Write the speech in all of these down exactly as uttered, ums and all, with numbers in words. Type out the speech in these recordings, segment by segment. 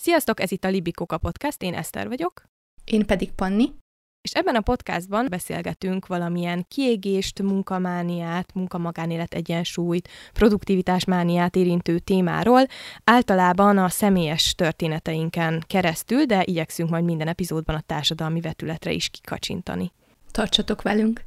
Sziasztok, ez itt a Libikóka Podcast, én Eszter vagyok. Én pedig Panni. És ebben a podcastban beszélgetünk valamilyen kiégést, munkamániát, munkamagánélet egyensúlyt, produktivitásmániát érintő témáról, általában a személyes történeteinken keresztül, de igyekszünk majd minden epizódban a társadalmi vetületre is kikacsintani. Tartsatok velünk!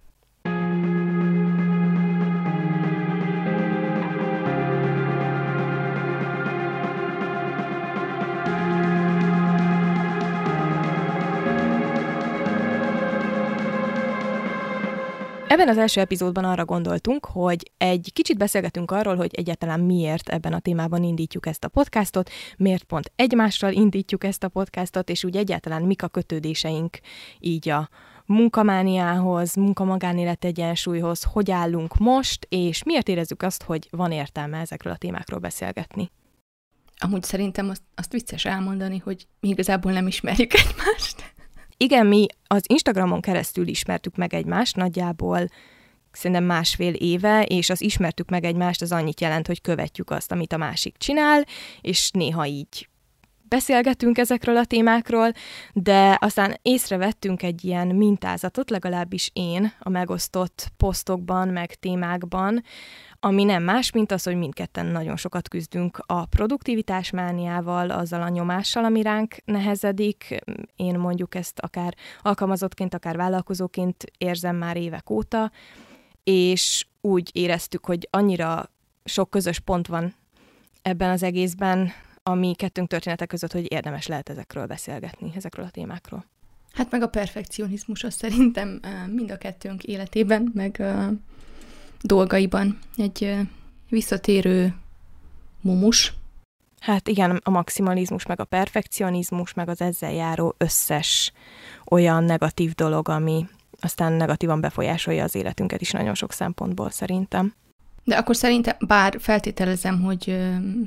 Ebben az első epizódban arra gondoltunk, hogy egy kicsit beszélgetünk arról, hogy egyáltalán miért ebben a témában indítjuk ezt a podcastot, miért pont egymással indítjuk ezt a podcastot, és úgy egyáltalán mik a kötődéseink így a munkamániához, munkamagánélet egyensúlyhoz, hogy állunk most, és miért érezzük azt, hogy van értelme ezekről a témákról beszélgetni. Amúgy szerintem azt, azt vicces elmondani, hogy mi igazából nem ismerjük egymást. Igen, mi az Instagramon keresztül ismertük meg egymást, nagyjából szerintem másfél éve, és az ismertük meg egymást, az annyit jelent, hogy követjük azt, amit a másik csinál, és néha így beszélgetünk ezekről a témákról, de aztán észrevettünk egy ilyen mintázatot, legalábbis én a megosztott posztokban, meg témákban, ami nem más, mint az, hogy mindketten nagyon sokat küzdünk a produktivitásmániával, azzal a nyomással, ami ránk nehezedik. Én mondjuk ezt akár alkalmazottként, akár vállalkozóként érzem már évek óta, és úgy éreztük, hogy annyira sok közös pont van ebben az egészben, ami kettőnk története között, hogy érdemes lehet ezekről beszélgetni, ezekről a témákról. Hát meg a perfekcionizmus az szerintem mind a kettőnk életében, meg dolgaiban egy visszatérő mumus. Hát igen, a maximalizmus, meg a perfekcionizmus, meg az ezzel járó összes olyan negatív dolog, ami aztán negatívan befolyásolja az életünket is nagyon sok szempontból szerintem. De akkor szerintem, bár feltételezem, hogy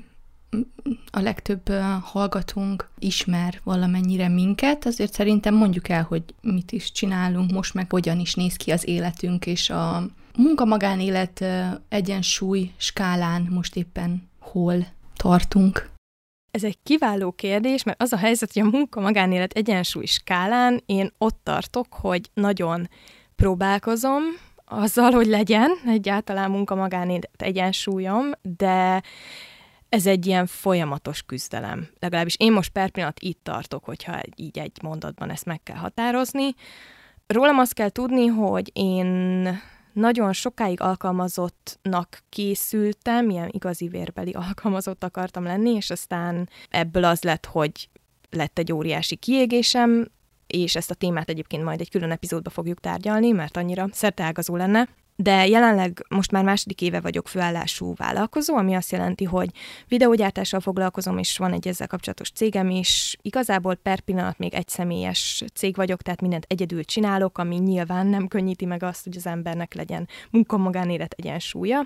a legtöbb hallgatónk ismer valamennyire minket, azért szerintem mondjuk el, hogy mit is csinálunk most, meg hogyan is néz ki az életünk, és a munka-magánélet egyensúly skálán most éppen hol tartunk. Ez egy kiváló kérdés, mert az a helyzet, hogy a munka-magánélet egyensúly skálán én ott tartok, hogy nagyon próbálkozom azzal, hogy legyen egyáltalán munka-magánélet egyensúlyom, de ez egy ilyen folyamatos küzdelem. Legalábbis én most per pillanat itt tartok, hogyha így egy mondatban ezt meg kell határozni. Rólam azt kell tudni, hogy én nagyon sokáig alkalmazottnak készültem, ilyen igazi vérbeli alkalmazott akartam lenni, és aztán ebből az lett, hogy lett egy óriási kiégésem, és ezt a témát egyébként majd egy külön epizódba fogjuk tárgyalni, mert annyira szerteágazó lenne. De jelenleg most már második éve vagyok főállású vállalkozó, ami azt jelenti, hogy videógyártással foglalkozom, és van egy ezzel kapcsolatos cégem is. Igazából per pillanat még egyszemélyes cég vagyok, tehát mindent egyedül csinálok, ami nyilván nem könnyíti meg azt, hogy az embernek legyen munka-magánélet egyensúlya.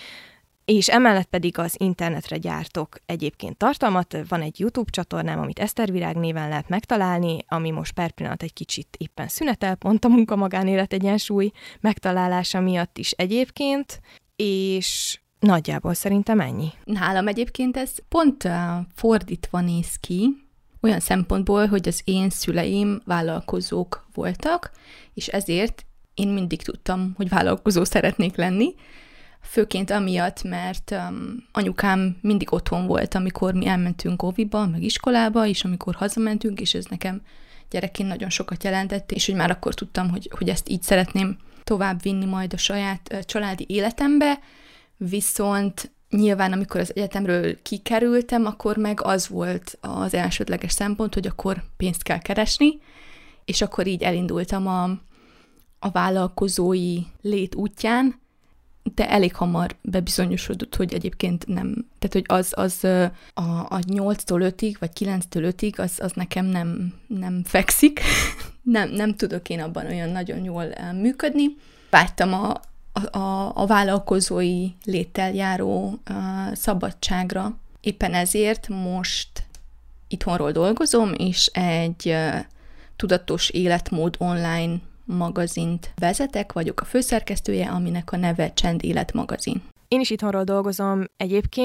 És emellett pedig az internetre gyártok egyébként tartalmat. Van egy YouTube csatornám, amit Esztervirág néven lehet megtalálni, ami most per pillanat egy kicsit éppen szünetel, pont a munka-magánélet egyensúly megtalálása miatt is egyébként, és nagyjából szerintem ennyi. Nálam egyébként ez pont uh, fordítva néz ki, olyan szempontból, hogy az én szüleim vállalkozók voltak, és ezért én mindig tudtam, hogy vállalkozó szeretnék lenni, főként amiatt, mert um, anyukám mindig otthon volt, amikor mi elmentünk óviba, meg iskolába, és amikor hazamentünk, és ez nekem gyerekként nagyon sokat jelentett, és hogy már akkor tudtam, hogy, hogy ezt így szeretném tovább vinni majd a saját uh, családi életembe, viszont nyilván, amikor az egyetemről kikerültem, akkor meg az volt az elsődleges szempont, hogy akkor pénzt kell keresni, és akkor így elindultam a, a vállalkozói lét útján, de elég hamar bebizonyosodott, hogy egyébként nem, tehát hogy az, az a, a nyolctól ötig, vagy kilenctől ötig, az, az nekem nem, nem fekszik, nem, nem tudok én abban olyan nagyon jól működni. Vágytam a, a, a vállalkozói léttel járó a szabadságra. Éppen ezért most itthonról dolgozom, és egy tudatos életmód online magazint vezetek, vagyok a főszerkesztője, aminek a neve Csend Élet magazin. Én is itthonról dolgozom egyébként,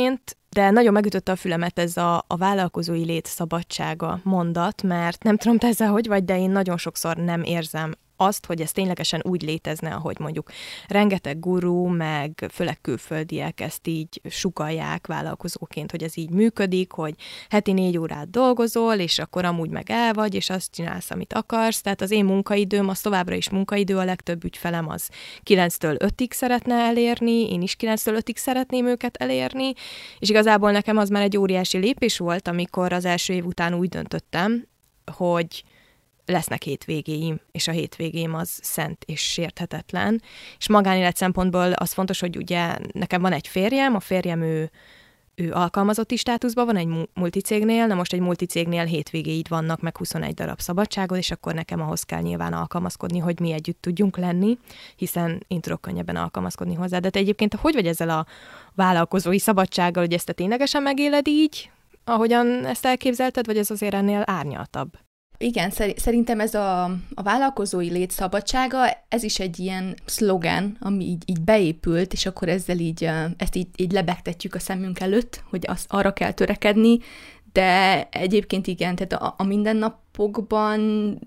De nagyon megütötte a fülemet ez a, a vállalkozói lét szabadsága mondat, mert nem tudom, te ezzel hogy vagy, de én nagyon sokszor nem érzem azt, hogy ez ténylegesen úgy létezne, ahogy mondjuk rengeteg gurú, meg főleg külföldiek ezt így sugallják vállalkozóként, hogy ez így működik, hogy heti négy órát dolgozol, és akkor amúgy meg el vagy, és azt csinálsz, amit akarsz. Tehát az én munkaidőm, az továbbra is munkaidő, a legtöbb ügyfelem az kilenctől ötig szeretne elérni, én is kilenctől ötig szeretném őket elérni, és igazából nekem az már egy óriási lépés volt, amikor az első év után úgy döntöttem, hogy lesznek hétvégéim, és a hétvégém az szent és sérthetetlen. És magánélet szempontból az fontos, hogy ugye nekem van egy férjem, a férjem ő, ő alkalmazotti státuszban van egy multicégnél, na most egy multicégnél hétvégéid vannak, meg huszonegy darab szabadságod, és akkor nekem ahhoz kell nyilván alkalmazkodni, hogy mi együtt tudjunk lenni, hiszen én tudok könnyebben alkalmazkodni hozzá. De te egyébként hogy vagy ezzel a vállalkozói szabadsággal, hogy ezt te ténylegesen megéled így, ahogyan ezt elképzelted, vagy ez azért ennél árnyaltabb? Igen, szerintem ez a, a vállalkozói lét szabadsága, ez is egy ilyen szlogán, ami így, így beépült, és akkor ezzel így, ezt így, így lebegtetjük a szemünk előtt, hogy az, arra kell törekedni, de egyébként igen, tehát a, a mindennapokban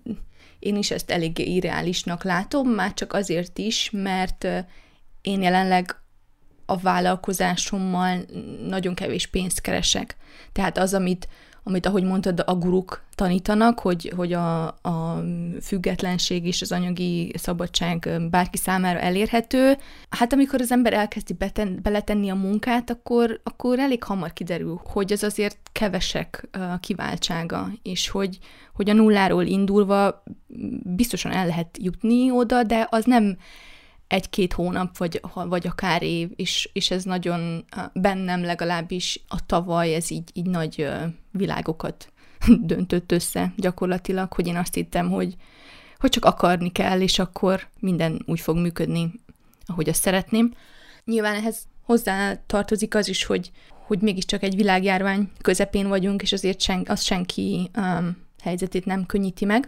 én is ezt eléggé irreálisnak látom, már csak azért is, mert én jelenleg a vállalkozásommal nagyon kevés pénzt keresek. Tehát az, amit amit, ahogy mondtad, a guruk tanítanak, hogy, hogy a, a függetlenség és az anyagi szabadság bárki számára elérhető. Hát amikor az ember elkezdi beten, beletenni a munkát, akkor, akkor elég hamar kiderül, hogy ez azért kevesek a kiváltsága, és hogy, hogy a nulláról indulva biztosan el lehet jutni oda, de az nem egy-két hónap, vagy, vagy akár év, és, és ez nagyon bennem legalábbis a tavaly, ez így, így nagy világokat döntött össze gyakorlatilag, hogy én azt hittem, hogy, hogy csak akarni kell, és akkor minden úgy fog működni, ahogy azt szeretném. Nyilván ehhez hozzá tartozik az is, hogy, hogy mégiscsak egy világjárvány közepén vagyunk, és azért sen, az senki um, helyzetét nem könnyíti meg,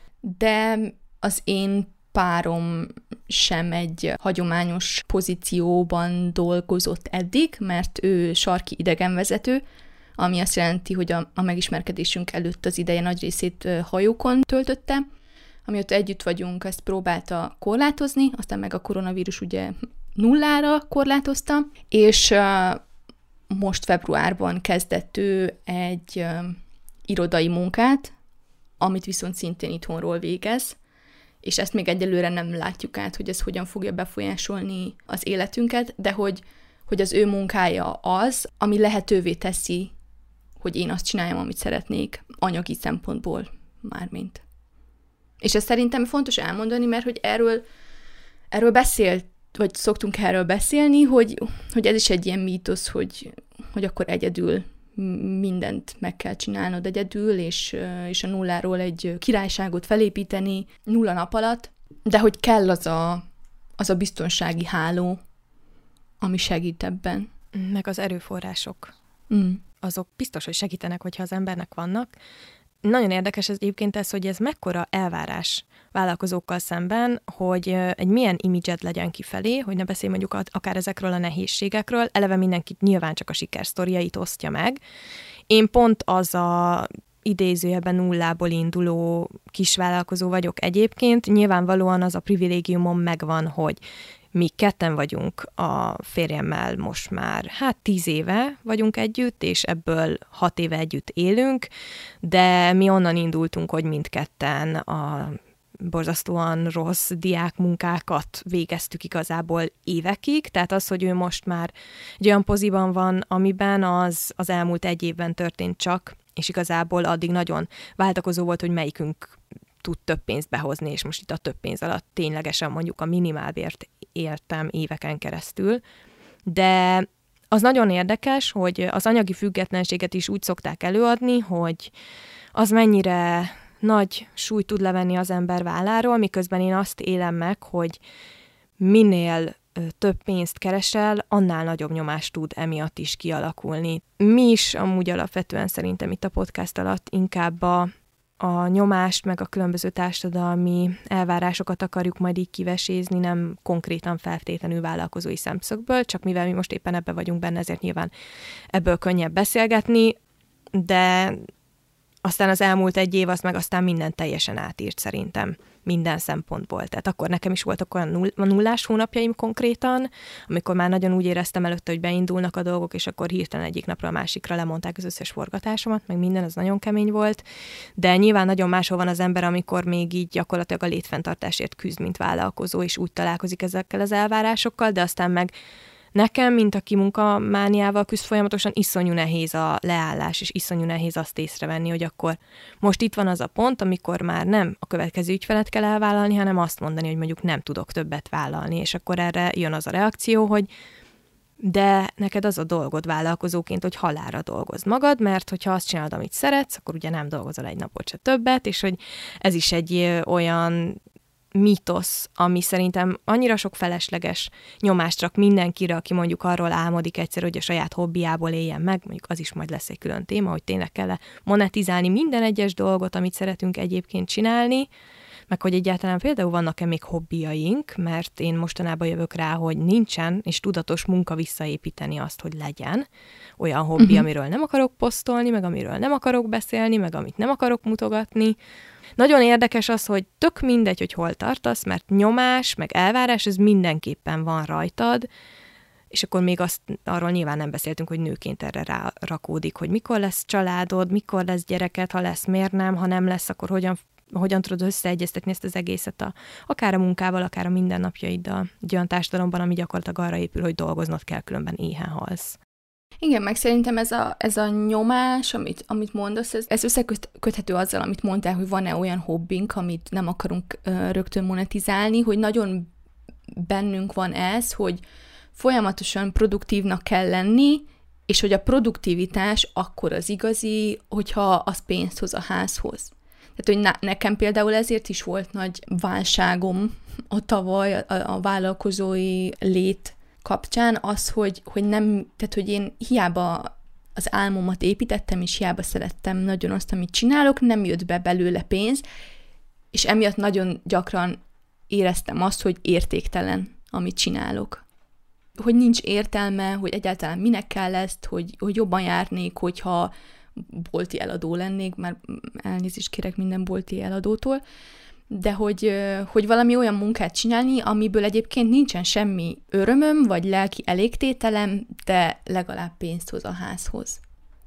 de az én párom sem egy hagyományos pozícióban dolgozott eddig, mert ő sarki idegenvezető, ami azt jelenti, hogy a, a megismerkedésünk előtt az ideje nagy részét hajókon töltötte. Amióta együtt vagyunk, ezt próbálta korlátozni, aztán meg a koronavírus ugye nullára korlátozta, és uh, most februárban kezdett ő egy uh, irodai munkát, amit viszont szintén itthonról végez, és ezt még egyelőre nem látjuk át, hogy ez hogyan fogja befolyásolni az életünket, de hogy, hogy az ő munkája az, ami lehetővé teszi, hogy én azt csináljam, amit szeretnék, anyagi szempontból mármint. És ezt szerintem fontos elmondani, mert hogy erről, erről beszélt, vagy szoktunk erről beszélni, hogy, hogy ez is egy ilyen mítosz, hogy, hogy akkor egyedül mindent meg kell csinálnod egyedül, és, és a nulláról egy királyságot felépíteni nulla nap alatt, de hogy kell az a, az a biztonsági háló, ami segít ebben. Meg az erőforrások. Mm. Azok biztos, hogy segítenek, hogyha az embernek vannak. Nagyon érdekes ez egyébként ez, hogy ez mekkora elvárás vállalkozókkal szemben, hogy egy milyen imidzsed legyen kifelé, hogy ne beszélj mondjuk akár ezekről a nehézségekről, eleve mindenkit nyilván csak a sikersztoriait osztja meg. Én pont az a idézőjelben nullából induló kisvállalkozó vagyok egyébként, nyilvánvalóan az a privilégiumom megvan, hogy mi ketten vagyunk a férjemmel most már, hát tíz éve vagyunk együtt, és ebből hat éve együtt élünk, de mi onnan indultunk, hogy mindketten a borzasztóan rossz diákmunkákat végeztük igazából évekig, tehát az, hogy ő most már egy olyan poziban van, amiben az, az elmúlt egy évben történt csak, és igazából addig nagyon váltakozó volt, hogy melyikünk tud több pénzt behozni, és most itt a több pénz alatt ténylegesen mondjuk a minimálbért éltem éveken keresztül, de az nagyon érdekes, hogy az anyagi függetlenséget is úgy szokták előadni, hogy az mennyire nagy súlyt tud levenni az ember válláról, miközben én azt élem meg, hogy minél több pénzt keresel, annál nagyobb nyomást tud emiatt is kialakulni. Mi is amúgy alapvetően szerintem itt a podcast alatt inkább a a nyomást, meg a különböző társadalmi elvárásokat akarjuk majd így kivesézni, nem konkrétan feltétlenül vállalkozói szemszögből, csak mivel mi most éppen ebbe vagyunk benne, ezért nyilván ebből könnyebb beszélgetni, de aztán az elmúlt egy év, az meg aztán minden teljesen átírt szerintem, minden szempontból. Tehát akkor nekem is voltak olyan null, nullás hónapjaim konkrétan, amikor már nagyon úgy éreztem előtte, hogy beindulnak a dolgok, és akkor hirtelen egyik napra a másikra lemondták az összes forgatásomat, meg minden, az nagyon kemény volt. De nyilván nagyon máshol van az ember, amikor még így gyakorlatilag a létfenntartásért küzd, mint vállalkozó, és úgy találkozik ezekkel az elvárásokkal, de aztán meg nekem, mint aki munkamániával küzd folyamatosan, iszonyú nehéz a leállás, és iszonyú nehéz azt észrevenni, hogy akkor most itt van az a pont, amikor már nem a következő ügyfelet kell elvállalni, hanem azt mondani, hogy mondjuk nem tudok többet vállalni, és akkor erre jön az a reakció, hogy de neked az a dolgod vállalkozóként, hogy halálra dolgozd magad, mert hogyha azt csinálod, amit szeretsz, akkor ugye nem dolgozol egy napot se többet, és hogy ez is egy olyan mítosz, ami szerintem annyira sok felesleges nyomást rak mindenkire, aki mondjuk arról álmodik egyszer, hogy a saját hobbiából éljen meg, mondjuk az is majd lesz egy külön téma, hogy tényleg kell monetizálni minden egyes dolgot, amit szeretünk egyébként csinálni, meg hogy egyáltalán például vannak-e még hobbiaink, mert én mostanában jövök rá, hogy nincsen, és tudatos munka visszaépíteni azt, hogy legyen olyan hobbi, uh-huh. amiről nem akarok posztolni, meg amiről nem akarok beszélni, meg amit nem akarok mutogatni. Nagyon érdekes az, hogy tök mindegy, hogy hol tartasz, mert nyomás, meg elvárás, ez mindenképpen van rajtad, és akkor még azt, arról nyilván nem beszéltünk, hogy nőként erre rárakódik, hogy mikor lesz családod, mikor lesz gyereket, ha lesz, miért nem, ha nem lesz, akkor hogyan, hogyan tudod összeegyeztetni ezt az egészet, a, akár a munkával, akár a mindennapjaiddal, egy olyan társadalomban, ami gyakorlatilag arra épül, hogy dolgoznod kell, különben éhen halsz. Igen, meg szerintem ez a, ez a nyomás, amit, amit mondasz, ez, ez összeköthető azzal, amit mondtál, hogy van-e olyan hobbink, amit nem akarunk ö, rögtön monetizálni, hogy nagyon bennünk van ez, hogy folyamatosan produktívnak kell lenni, és hogy a produktivitás akkor az igazi, hogyha az pénzt hoz a házhoz. Tehát, hogy na, nekem például ezért is volt nagy válságom a tavaly a, a vállalkozói lét kapcsán az, hogy, hogy nem, tehát, hogy én hiába az álmomat építettem, és hiába szerettem nagyon azt, amit csinálok, nem jött be belőle pénz, és emiatt nagyon gyakran éreztem azt, hogy értéktelen, amit csinálok. Hogy nincs értelme, hogy egyáltalán minek kell ezt, hogy, hogy jobban járnék, hogyha bolti eladó lennék, már elnézést kérek minden bolti eladótól, de hogy, hogy valami olyan munkát csinálni, amiből egyébként nincsen semmi örömöm, vagy lelki elégtételem, de legalább pénzt hoz a házhoz.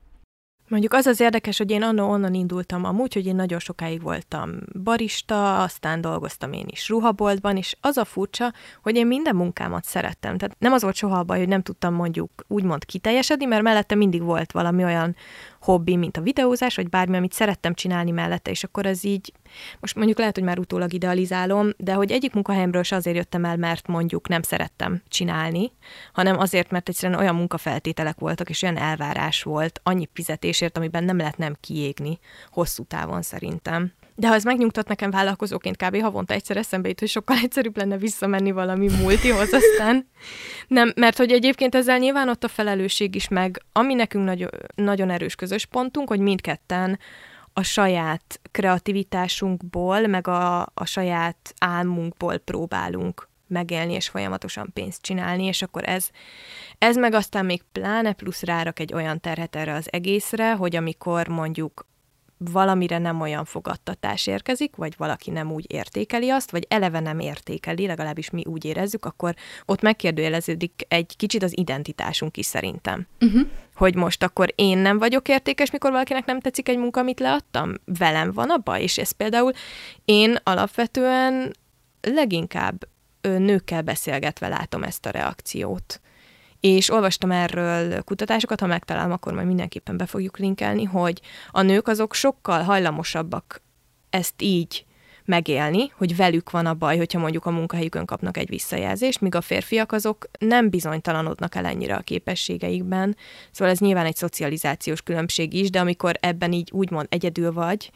Mondjuk az az érdekes, hogy én anno onnan indultam amúgy, hogy én nagyon sokáig voltam barista, aztán dolgoztam én is ruhaboltban, és az a furcsa, hogy én minden munkámat szerettem. Tehát nem az volt soha a baj, hogy nem tudtam mondjuk úgymond kiteljesedni, mert mellette mindig volt valami olyan hobbi, mint a videózás, vagy bármi, amit szerettem csinálni mellette, és akkor ez így, most mondjuk lehet, hogy már utólag idealizálom, de hogy egyik munkahelyemről se azért jöttem el, mert mondjuk nem szerettem csinálni, hanem azért, mert egyszerűen olyan munkafeltételek voltak, és olyan elvárás volt, annyi fizetésért, amiben nem lehet nem kiégni hosszú távon szerintem. De ha ez megnyugtat nekem vállalkozóként, kb. Havonta egyszer eszembe jut, hogy sokkal egyszerűbb lenne visszamenni valami multihoz aztán. Nem, mert hogy egyébként ezzel nyilván ott a felelősség is meg, ami nekünk nagyon, nagyon erős közös pontunk, hogy mindketten a saját kreativitásunkból, meg a, a saját álmunkból próbálunk megélni, és folyamatosan pénzt csinálni, és akkor ez, ez meg aztán még pláne plusz rárak egy olyan terhet erre az egészre, hogy amikor mondjuk valamire nem olyan fogadtatás érkezik, vagy valaki nem úgy értékeli azt, vagy eleve nem értékeli, legalábbis mi úgy érezzük, akkor ott megkérdőjeleződik egy kicsit az identitásunk is szerintem. Uh-huh. Hogy most akkor én nem vagyok értékes, mikor valakinek nem tetszik egy munka, amit leadtam? Velem van a baj? És ez például én alapvetően leginkább nőkkel beszélgetve látom ezt a reakciót. És olvastam erről kutatásokat, ha megtalálom, akkor majd mindenképpen be fogjuk linkelni, hogy a nők azok sokkal hajlamosabbak ezt így megélni, hogy velük van a baj, hogyha mondjuk a munkahelyükön kapnak egy visszajelzést, míg a férfiak azok nem bizonytalanodnak el ennyire a képességeikben. Szóval ez nyilván egy szocializációs különbség is, de amikor ebben így úgymond egyedül vagy,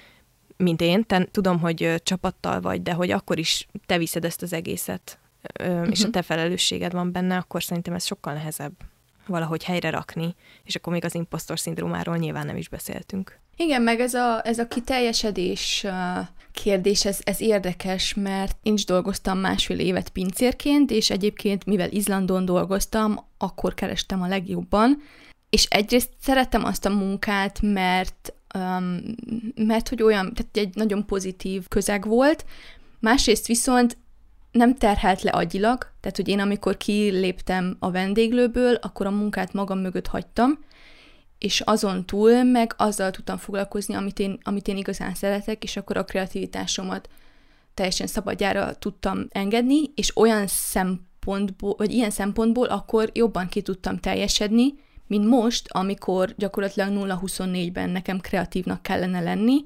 mint én, te, tudom, hogy csapattal vagy, de hogy akkor is te viszed ezt az egészet, uh-huh. és a te felelősséged van benne, akkor szerintem ez sokkal nehezebb valahogy helyre rakni, és akkor még az imposztor szindrómáról nyilván nem is beszéltünk. Igen, meg ez a, ez a kiteljesedés kérdés, ez, ez érdekes, mert én is dolgoztam másfél évet pincérként, és egyébként, mivel Izlandon dolgoztam, akkor kerestem a legjobban, és egyrészt szerettem azt a munkát, mert, um, mert hogy olyan, tehát egy nagyon pozitív közeg volt, másrészt viszont nem terhelt le agyilag, tehát hogy én amikor kiléptem a vendéglőből, akkor a munkát magam mögött hagytam, és azon túl meg azzal tudtam foglalkozni, amit én, amit én igazán szeretek, és akkor a kreativitásomat teljesen szabadjára tudtam engedni, és olyan szempontból, vagy ilyen szempontból akkor jobban ki tudtam teljesedni, mint most, amikor gyakorlatilag nulla huszonnégyben nekem kreatívnak kellene lenni,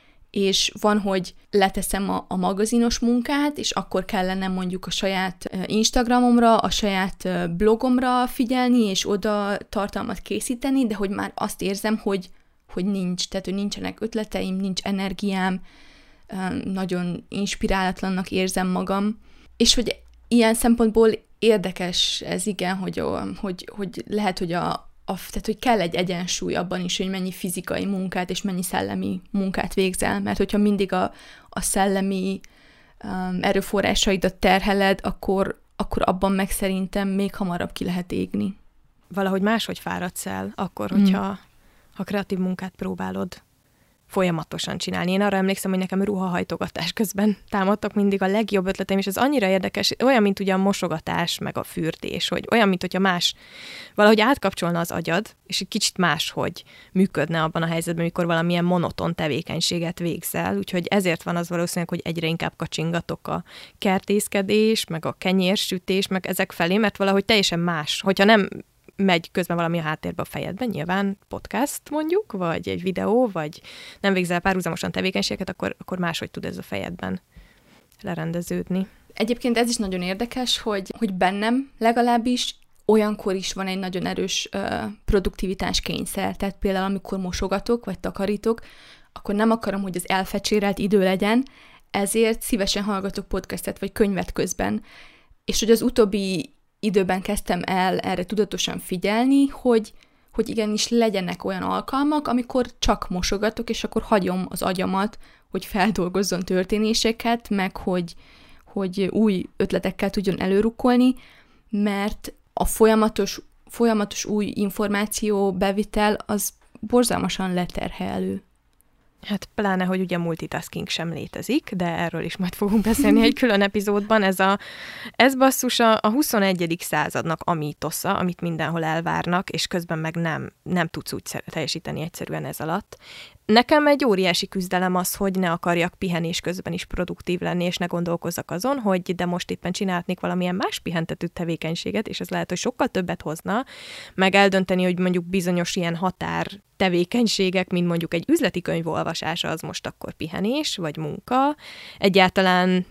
és van, hogy leteszem a, a magazinos munkát, és akkor kellene mondjuk a saját Instagramomra, a saját blogomra figyelni, és oda tartalmat készíteni, de hogy már azt érzem, hogy, hogy nincs, tehát hogy nincsenek ötleteim, nincs energiám, nagyon inspirálatlannak érzem magam, és hogy ilyen szempontból érdekes ez, igen, hogy, hogy, hogy lehet, hogy a A, tehát, hogy kell egy egyensúly abban is, hogy mennyi fizikai munkát és mennyi szellemi munkát végzel, mert hogyha mindig a, a szellemi um, erőforrásaidat terheled, akkor, akkor abban meg szerintem még hamarabb ki lehet égni. Valahogy máshogy fáradsz el, akkor, hogyha mm. ha kreatív munkát próbálod folyamatosan csinálni. Én arra emlékszem, hogy nekem ruhahajtogatás közben támadtak mindig a legjobb ötleteim, és ez annyira érdekes, olyan, mint ugye a mosogatás, meg a fürdés, hogy olyan, mint hogyha más, valahogy átkapcsolna az agyad, és egy kicsit máshogy működne abban a helyzetben, amikor valamilyen monoton tevékenységet végzel, úgyhogy ezért van az valószínűleg, hogy egyre inkább kacsingatok a kertészkedés, meg a kenyérsütés, meg ezek felé, mert valahogy teljesen más, hogyha nem megy közben valami a háttérbe a fejedben, nyilván podcast mondjuk, vagy egy videó, vagy nem végzel párhuzamosan tevékenységeket, akkor, akkor máshogy tud ez a fejedben lerendeződni. Egyébként ez is nagyon érdekes, hogy, hogy bennem legalábbis olyankor is van egy nagyon erős uh, produktivitás kényszer. Tehát például amikor mosogatok, vagy takarítok, akkor nem akarom, hogy az elfecsérelt idő legyen, ezért szívesen hallgatok podcastet, vagy könyvet közben. És hogy az utóbbi időben kezdtem el erre tudatosan figyelni, hogy, hogy igenis legyenek olyan alkalmak, amikor csak mosogatok, és akkor hagyom az agyamat, hogy feldolgozzon történéseket, meg hogy, hogy új ötletekkel tudjon előrukkolni, mert a folyamatos, folyamatos új információ bevitel az borzalmasan leterhelő. Hát pláne, hogy ugye multitasking sem létezik, de erről is majd fogunk beszélni egy külön epizódban. Ez, a, ez basszus a, a huszonegyedik századnak a mítosza, amit mindenhol elvárnak, és közben meg nem, nem tudsz úgy teljesíteni egyszerűen ez alatt. Nekem egy óriási küzdelem az, hogy ne akarjak pihenés közben is produktív lenni, és ne gondolkozzak azon, hogy de most éppen csinálhatnék valamilyen más pihentető tevékenységet, és ez lehet, hogy sokkal többet hozna, meg eldönteni, hogy mondjuk bizonyos ilyen határ tevékenységek, mint mondjuk egy üzleti könyv olvasása, az most akkor pihenés, vagy munka. Egyáltalán,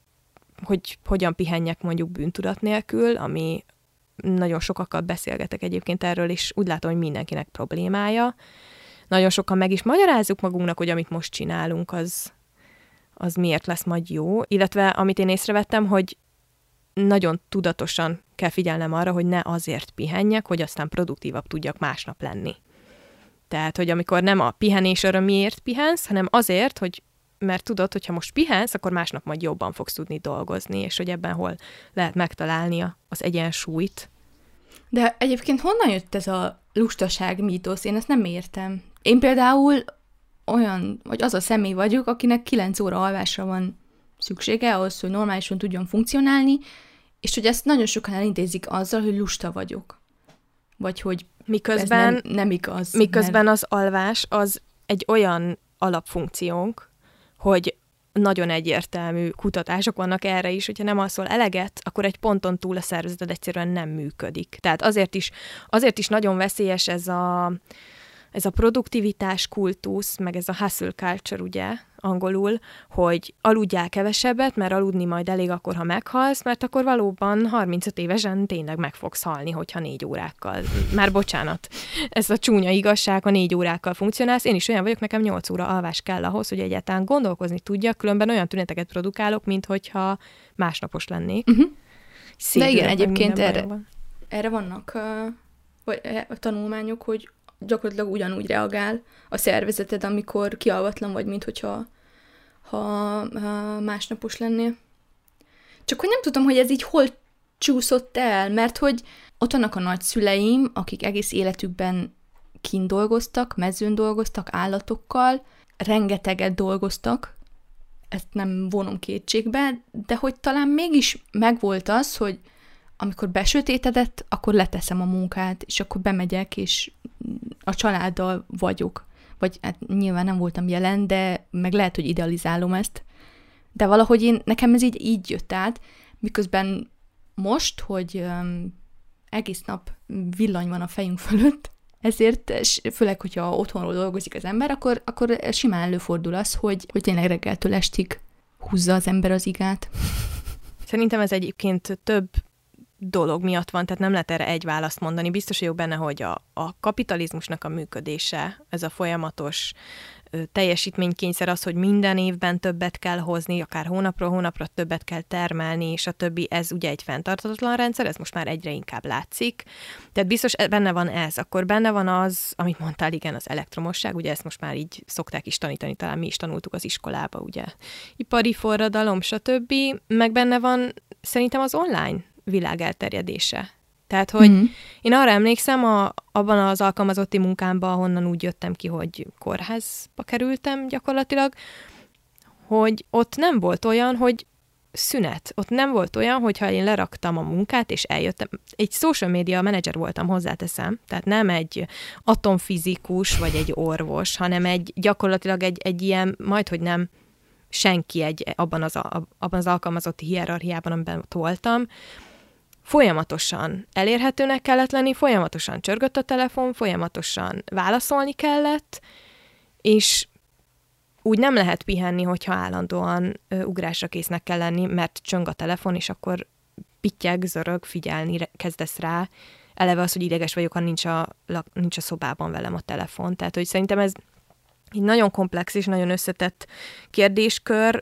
hogy hogyan pihenjek mondjuk bűntudat nélkül, ami nagyon sokakkal beszélgetek egyébként erről, és úgy látom, hogy mindenkinek problémája. Nagyon sokan meg is magyarázzuk magunknak, hogy amit most csinálunk, az, az miért lesz majd jó. Illetve amit én észrevettem, hogy nagyon tudatosan kell figyelnem arra, hogy ne azért pihenjek, hogy aztán produktívabb tudjak másnap lenni. Tehát, hogy amikor nem a pihenés örömiért pihensz, hanem azért, hogy mert tudod, hogyha most pihensz, akkor másnap majd jobban fogsz tudni dolgozni, és hogy ebben hol lehet megtalálni az egyensúlyt. De egyébként honnan jött ez a lustaság mítosz? Én ezt nem értem. Én például olyan, vagy az a személy vagyok, akinek kilenc óra alvásra van szüksége ahhoz, hogy normálisan tudjon funkcionálni, és hogy ezt nagyon sokan elintézik azzal, hogy lusta vagyok. Vagy hogy miközben, ez nem, nem igaz. Miközben mert... az alvás az egy olyan alapfunkciónk, hogy nagyon egyértelmű kutatások vannak erre is, hogyha nem alszol eleget, akkor egy ponton túl a szervezeted egyszerűen nem működik. Tehát azért is, azért is nagyon veszélyes ez a, ez a produktivitás kultusz, meg ez a hustle culture, ugye, angolul, hogy aludjál kevesebbet, mert aludni majd elég akkor, ha meghalsz, mert akkor valóban harmincöt évesen tényleg meg fogsz halni, hogyha négy órákkal. Már bocsánat, ez a csúnya igazság, ha négy órákkal funkcionálsz. Én is olyan vagyok, nekem nyolc óra alvás kell ahhoz, hogy egyáltalán gondolkozni tudjak, különben olyan tüneteket produkálok, mint hogyha másnapos lennék. Uh-huh. Szédülök, de igen, egyébként erre, erre vannak uh, vagy, uh, tanulmányok, hogy gyakorlatilag ugyanúgy reagál a szervezeted, amikor kialvatlan vagy, mint hogyha ha, ha másnapos lennél. Csak hogy nem tudom, hogy ez így hol csúszott el, mert hogy ott vannak a nagyszüleim, akik egész életükben kint dolgoztak, mezőn dolgoztak, állatokkal, rengeteget dolgoztak, ezt nem vonom kétségbe, de hogy talán mégis megvolt az, hogy amikor besötétedett, akkor leteszem a munkát, és akkor bemegyek, és a családdal vagyok. Vagy hát nyilván nem voltam jelen, de meg lehet, hogy idealizálom ezt. De valahogy én, nekem ez így, így jött át, miközben most, hogy um, egész nap villany van a fejünk fölött, ezért, főleg, hogyha otthonról dolgozik az ember, akkor, akkor simán előfordul az, hogy, hogy tényleg reggeltől estig húzza az ember az igát. Szerintem ez egyébként több dolog miatt van, tehát nem lehet erre egy választ mondani. Biztos vagyok benne, hogy a, a kapitalizmusnak a működése, ez a folyamatos ö, teljesítménykényszer, az, hogy minden évben többet kell hozni, akár hónapról hónapra többet kell termelni, és a többi, ez ugye egy fenntarthatatlan rendszer, ez most már egyre inkább látszik. Tehát biztos benne van ez. Akkor benne van az, amit mondtál, igen, az elektromosság, ugye ezt most már így szokták is tanítani, talán mi is tanultuk az iskolába, ugye ipari forradalom, stb. Meg benne van szerintem az online világ elterjedése. Tehát, hogy mm. én arra emlékszem, a, abban az alkalmazotti munkámban, ahonnan úgy jöttem ki, hogy kórházba kerültem gyakorlatilag, hogy ott nem volt olyan, hogy szünet. Ott nem volt olyan, hogyha én leraktam a munkát, és eljöttem. Egy social media menedzser voltam, hozzáteszem, tehát nem egy atomfizikus, vagy egy orvos, hanem egy gyakorlatilag egy, egy ilyen, majdhogy nem senki egy, abban, az, a, abban az alkalmazotti hierarchiában, amiben ott voltam, folyamatosan elérhetőnek kellett lenni, folyamatosan csörgött a telefon, folyamatosan válaszolni kellett, és úgy nem lehet pihenni, hogyha állandóan ö, ugrásra késznek kell lenni, mert csöng a telefon, és akkor pittyeg, zörög, figyelni kezdesz rá. Eleve az, hogy ideges vagyok, ha nincs a, nincs a szobában velem a telefon. Tehát, hogy szerintem ez egy nagyon komplex és nagyon összetett kérdéskör.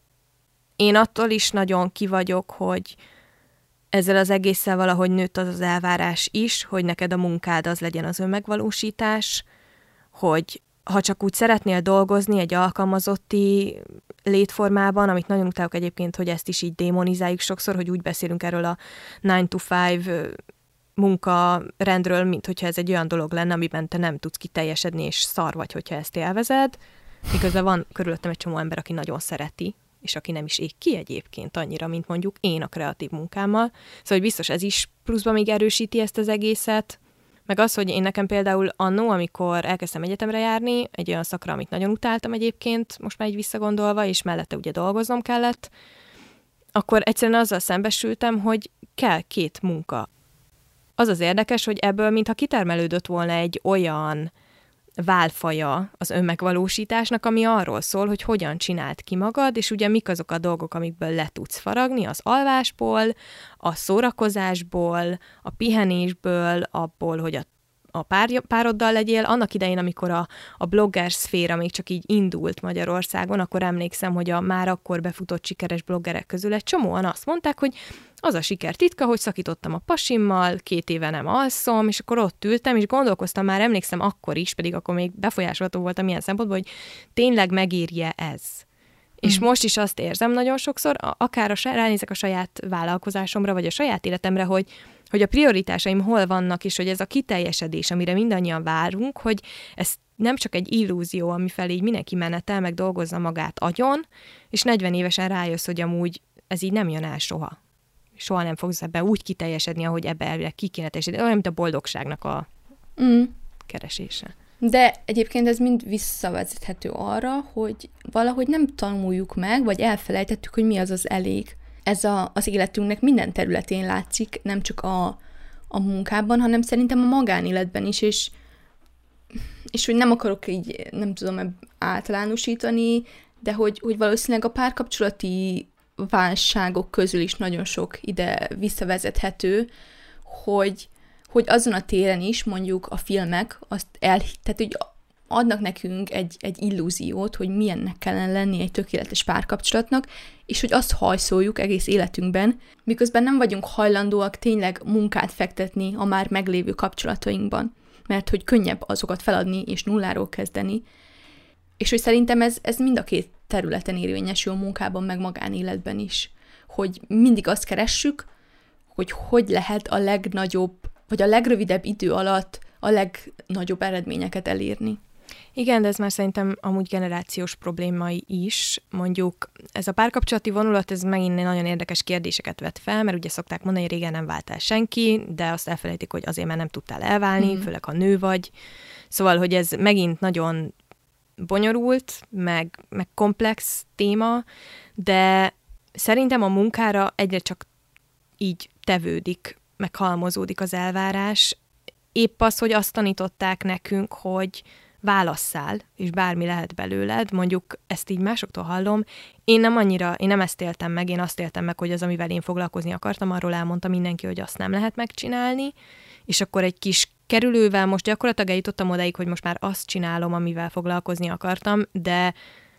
Én attól is nagyon ki vagyok, hogy ezzel az egésszel valahogy nőtt az az elvárás is, hogy neked a munkád az legyen az önmegvalósítás, hogy ha csak úgy szeretnél dolgozni egy alkalmazotti létformában, amit nagyon utálok egyébként, hogy ezt is így démonizáljuk sokszor, hogy úgy beszélünk erről a nine to five munkarendről, mint hogyha ez egy olyan dolog lenne, amiben te nem tudsz kiteljesedni, és szar vagy, hogyha ezt élvezed. Miközben van körülöttem egy csomó ember, aki nagyon szereti, és aki nem is ég ki egyébként annyira, mint mondjuk én a kreatív munkámmal. Szóval, hogy biztos ez is pluszban még erősíti ezt az egészet. Meg az, hogy én nekem például annó, amikor elkezdtem egyetemre járni, egy olyan szakra, amit nagyon utáltam egyébként, most már így visszagondolva, és mellette ugye dolgoznom kellett, akkor egyszerűen azzal szembesültem, hogy kell két munka. Az az érdekes, hogy ebből mintha kitermelődött volna egy olyan válfaja az önmegvalósításnak, ami arról szól, hogy hogyan csináld ki magad, és ugye mik azok a dolgok, amikből le tudsz faragni, az alvásból, a szórakozásból, a pihenésből, abból, hogy a, a pár, pároddal legyél. Annak idején, amikor a, a blogger szféra még csak így indult Magyarországon, akkor emlékszem, hogy a már akkor befutott sikeres bloggerek közül egy csomóan azt mondták, hogy az a siker titka, hogy szakítottam a pasimmal, két éve nem alszom, és akkor ott ültem, és gondolkoztam már, emlékszem akkor is, pedig akkor még befolyásolható voltam ilyen szempontból, hogy tényleg megérje ez. Mm. És most is azt érzem nagyon sokszor, akár a, ránézek a saját vállalkozásomra, vagy a saját életemre, hogy, hogy a prioritásaim hol vannak, és hogy ez a kiteljesedés, amire mindannyian várunk, hogy ez nem csak egy illúzió, amifelé így mindenki menetel, meg dolgozza magát agyon, és negyven évesen rájössz, hogy amúgy ez így nem jön el soha. Soha nem fogsz ebbe úgy kiteljesedni, ahogy ebbe elvileg ki kéne teljesedni. Olyan, mint a boldogságnak a mm. keresése. De egyébként ez mind visszavezethető arra, hogy valahogy nem tanuljuk meg, vagy elfelejtettük, hogy mi az az elég. Ez a, az életünknek minden területén látszik, nem csak a, a munkában, hanem szerintem a magánéletben is, és, és hogy nem akarok így, nem tudom általánosítani, de hogy, hogy valószínűleg a párkapcsolati válságok közül is nagyon sok ide visszavezethető, hogy, hogy azon a téren is mondjuk a filmek azt el, tehát, hogy adnak nekünk egy, egy illúziót, hogy milyennek kellene lenni egy tökéletes párkapcsolatnak, és hogy azt hajszoljuk egész életünkben, miközben nem vagyunk hajlandóak tényleg munkát fektetni a már meglévő kapcsolatainkban. mert hogy könnyebb azokat feladni és nulláról kezdeni. És hogy szerintem ez, ez mind a két területen érvényesül, munkában, meg magánéletben is. Hogy mindig azt keressük, hogy hogy lehet a legnagyobb, vagy a legrövidebb idő alatt a legnagyobb eredményeket elérni. Igen, de ez már szerintem amúgy generációs problémai is. Mondjuk ez a párkapcsolati vonulat, ez megint nagyon érdekes kérdéseket vet fel, mert ugye szokták mondani, hogy régen nem váltál senki, de azt elfelejtik, hogy azért már nem tudtál elválni, mm. főleg ha nő vagy. Szóval, hogy ez megint nagyon bonyolult, meg, meg komplex téma, de szerintem a munkára egyre csak így tevődik, meg halmozódik az elvárás. Épp az, hogy azt tanították nekünk, hogy válasszál, és bármi lehet belőled, mondjuk ezt így másoktól hallom. Én nem annyira, én nem ezt éltem meg, én azt éltem meg, hogy az, amivel én foglalkozni akartam, arról elmondta mindenki, hogy azt nem lehet megcsinálni, és akkor egy kis kerülővel most gyakorlatilag eljutottam odaig, hogy most már azt csinálom, amivel foglalkozni akartam, de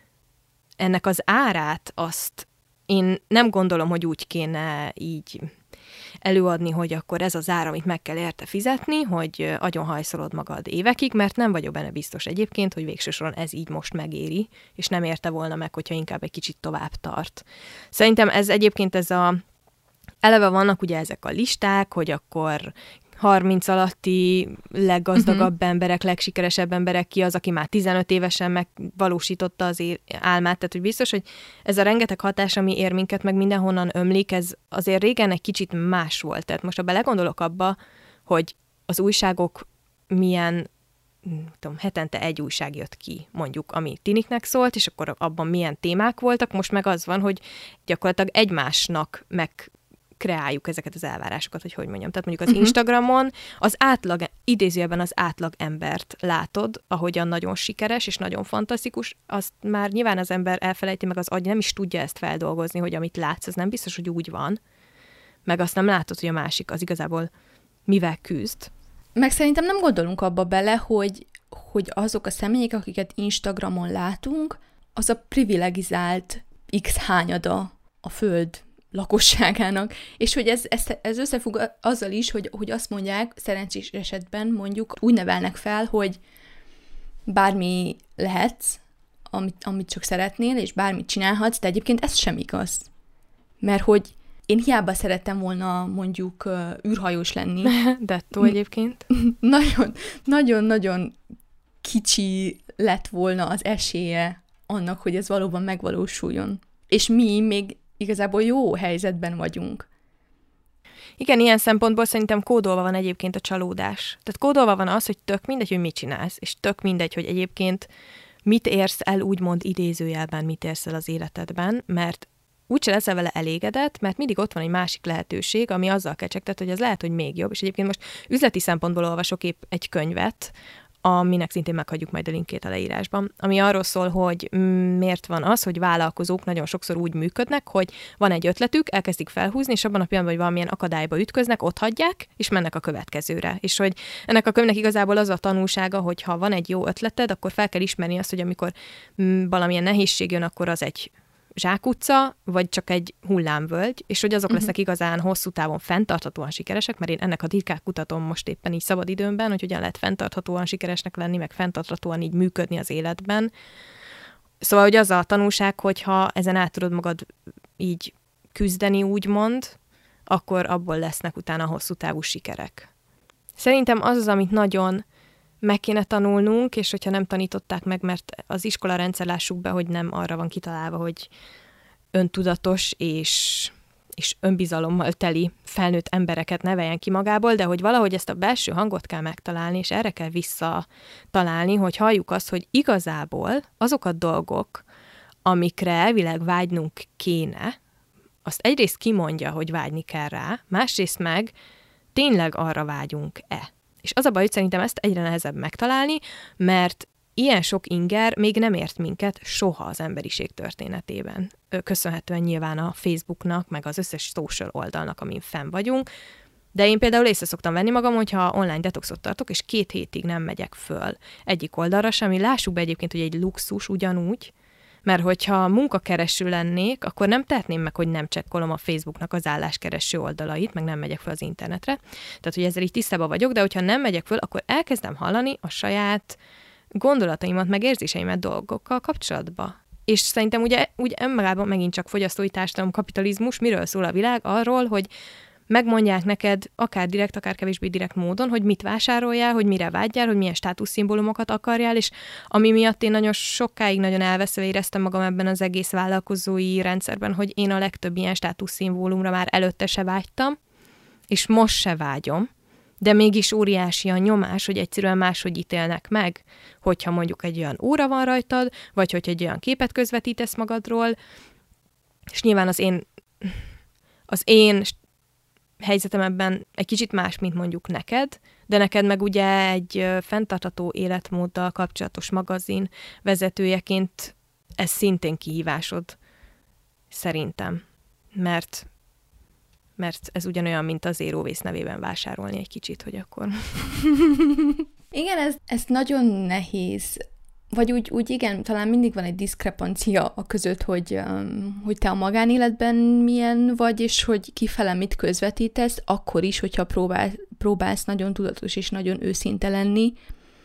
ennek az árát azt én nem gondolom, hogy úgy kéne így előadni, hogy akkor ez az ár, amit meg kell érte fizetni, hogy agyonhajszolod magad évekig, mert nem vagyok benne biztos egyébként, hogy végső soron ez így most megéri, és nem érte volna meg, hogyha inkább egy kicsit tovább tart. Szerintem ez egyébként ez a eleve vannak ugye ezek a listák, hogy akkor harminc alatti leggazdagabb uh-huh. emberek, legsikeresebb emberek, ki az, aki már tizenöt évesen megvalósította az álmát, tehát hogy biztos, hogy ez a rengeteg hatás, ami ér minket, meg mindenhonnan ömlik, ez azért régen egy kicsit más volt. Tehát most, ha belegondolok abba, hogy az újságok milyen, tudom, hetente egy újság jött ki, mondjuk, ami tiniknek szólt, és akkor abban milyen témák voltak, most meg az van, hogy gyakorlatilag egymásnak meg kreáljuk ezeket az elvárásokat, hogy hogy mondjam. Tehát mondjuk az uh-huh. Instagramon az átlag, idézőjelben az átlag embert látod, ahogyan nagyon sikeres és nagyon fantasztikus, azt már nyilván az ember elfelejti, meg az agy nem is tudja ezt feldolgozni, hogy amit látsz, az nem biztos, hogy úgy van, meg azt nem látod, hogy a másik az igazából mivel küzd. Meg szerintem nem gondolunk abba bele, hogy, hogy azok a személyek, akiket Instagramon látunk, az a privilegizált x hányada a föld lakosságának, és hogy ez, ez, ez összefügg azzal is, hogy, hogy azt mondják, szerencsés esetben mondjuk úgy nevelnek fel, hogy bármi lehetsz, amit, amit csak szeretnél, és bármit csinálhatsz, de egyébként ez sem igaz. Mert hogy én hiába szerettem volna mondjuk űrhajós lenni. De attól egyébként. Nagyon, nagyon-nagyon kicsi lett volna az esélye annak, hogy ez valóban megvalósuljon. És mi még igazából jó helyzetben vagyunk. Igen, ilyen szempontból szerintem kódolva van egyébként a csalódás. Tehát kódolva van az, hogy tök mindegy, hogy mit csinálsz, és tök mindegy, hogy egyébként mit érsz el, úgymond idézőjelben mit érsz el az életedben, mert úgyse leszel vele elégedett, mert mindig ott van egy másik lehetőség, ami azzal kecsegtet, hogy ez lehet, hogy még jobb. És egyébként most üzleti szempontból olvasok épp egy könyvet, aminek szintén meghagyjuk majd a linkét a leírásban, ami arról szól, hogy miért van az, hogy vállalkozók nagyon sokszor úgy működnek, hogy van egy ötletük, elkezdik felhúzni, és abban a pillanatban, hogy valamilyen akadályba ütköznek, ott hagyják, és mennek a következőre. És hogy ennek a könyvnek igazából az a tanulsága, hogy ha van egy jó ötleted, akkor fel kell ismerni azt, hogy amikor valamilyen nehézség jön, akkor az egy zsákutca, vagy csak egy hullámvölgy, és hogy azok uh-huh. lesznek igazán hosszú távon fenntarthatóan sikeresek, mert én ennek a titkát kutatom most éppen így szabad időmben, hogy hogyan lehet fenntarthatóan sikeresnek lenni, meg fenntarthatóan így működni az életben. Szóval, hogy az a tanulság, hogyha ezen át tudod magad így küzdeni, úgymond, akkor abból lesznek utána hosszú távú sikerek. Szerintem az az, amit nagyon meg kéne tanulnunk, és hogyha nem tanították meg, mert az iskola rendszer, lássuk be, hogy nem arra van kitalálva, hogy öntudatos és, és önbizalommal teli felnőtt embereket neveljen ki magából, de hogy valahogy ezt a belső hangot kell megtalálni, és erre kell visszatalálni, hogy halljuk azt, hogy igazából azok a dolgok, amikre elvileg vágynunk kéne, azt egyrészt kimondja, hogy vágyni kell rá, másrészt meg tényleg arra vágyunk-e. És az a baj, hogy szerintem ezt egyre nehezebb megtalálni, mert ilyen sok inger még nem ért minket soha az emberiség történetében. Köszönhetően nyilván a Facebooknak, meg az összes social oldalnak, amin fenn vagyunk. De én például észre szoktam venni magam, hogyha online detoxot tartok, és két hétig nem megyek föl egyik oldalra sem, ami lássuk be egyébként, hogy egy luxus ugyanúgy, Mert hogyha munkakereső lennék, akkor nem tehetném meg, hogy nem csekkolom a Facebooknak az álláskereső oldalait, meg nem megyek fel az internetre. Tehát, hogy ezzel így tisztában vagyok, de hogyha nem megyek föl, akkor elkezdem hallani a saját gondolataimat, meg érzéseimet dolgokkal kapcsolatba. És szerintem ugye úgy önmagában megint csak fogyasztói társadalom, kapitalizmus, miről szól a világ? Arról, hogy megmondják neked, akár direkt, akár kevésbé direkt módon, hogy mit vásároljál, hogy mire vágyjál, hogy milyen státuszszimbólumokat akarjál, és ami miatt én nagyon sokáig nagyon elveszve éreztem magam ebben az egész vállalkozói rendszerben, hogy én a legtöbb ilyen státuszszimbólumra már előtte se vágytam, és most se vágyom, de mégis óriási a nyomás, hogy egyszerűen máshogy ítélnek meg, hogyha mondjuk egy olyan óra van rajtad, vagy hogy egy olyan képet közvetítesz magadról, és nyilván az én, az én helyzetem ebben egy kicsit más, mint mondjuk neked, de neked meg ugye egy fenntartható életmóddal kapcsolatos magazin vezetőjeként ez szintén kihívásod, szerintem, mert mert ez ugyanolyan, mint az Zero Waste nevében vásárolni egy kicsit, hogy akkor... Igen, ez, ez nagyon nehéz. Vagy úgy, úgy igen, talán mindig van egy diszkrepancia a között, hogy, um, hogy te a magánéletben milyen vagy, és hogy kifele mit közvetítesz, akkor is, hogyha próbál, próbálsz nagyon tudatos és nagyon őszinte lenni,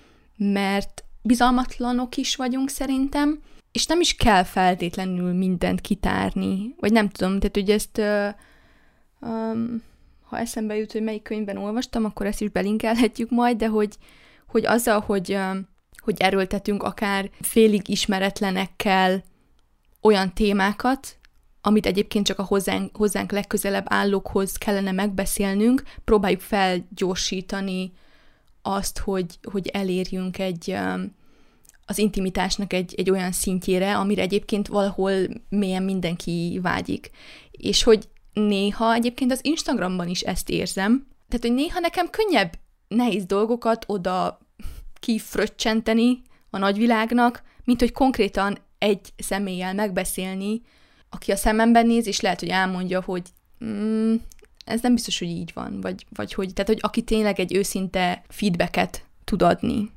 mert bizalmatlanok is vagyunk szerintem, és nem is kell feltétlenül mindent kitárni, vagy nem tudom, tehát ugye ezt... Uh, Um, ha eszembe jut, hogy melyik könyvben olvastam, akkor ezt is belinkelhetjük majd, de hogy, hogy azzal, hogy, um, hogy erőltetünk akár félig ismeretlenekkel olyan témákat, amit egyébként csak a hozzánk, hozzánk legközelebb állókhoz kellene megbeszélnünk, próbáljuk felgyorsítani azt, hogy, hogy elérjünk egy, um, az intimitásnak egy, egy olyan szintjére, amire egyébként valahol mélyen mindenki vágyik. És hogy néha egyébként az Instagramban is ezt érzem. Tehát, hogy néha nekem könnyebb nehéz dolgokat oda kifröccsenteni a nagyvilágnak, mint hogy konkrétan egy személlyel megbeszélni, aki a szememben néz, és lehet, hogy elmondja, hogy mm, ez nem biztos, hogy így van, vagy, vagy hogy, tehát, hogy aki tényleg egy őszinte feedbacket tud adni.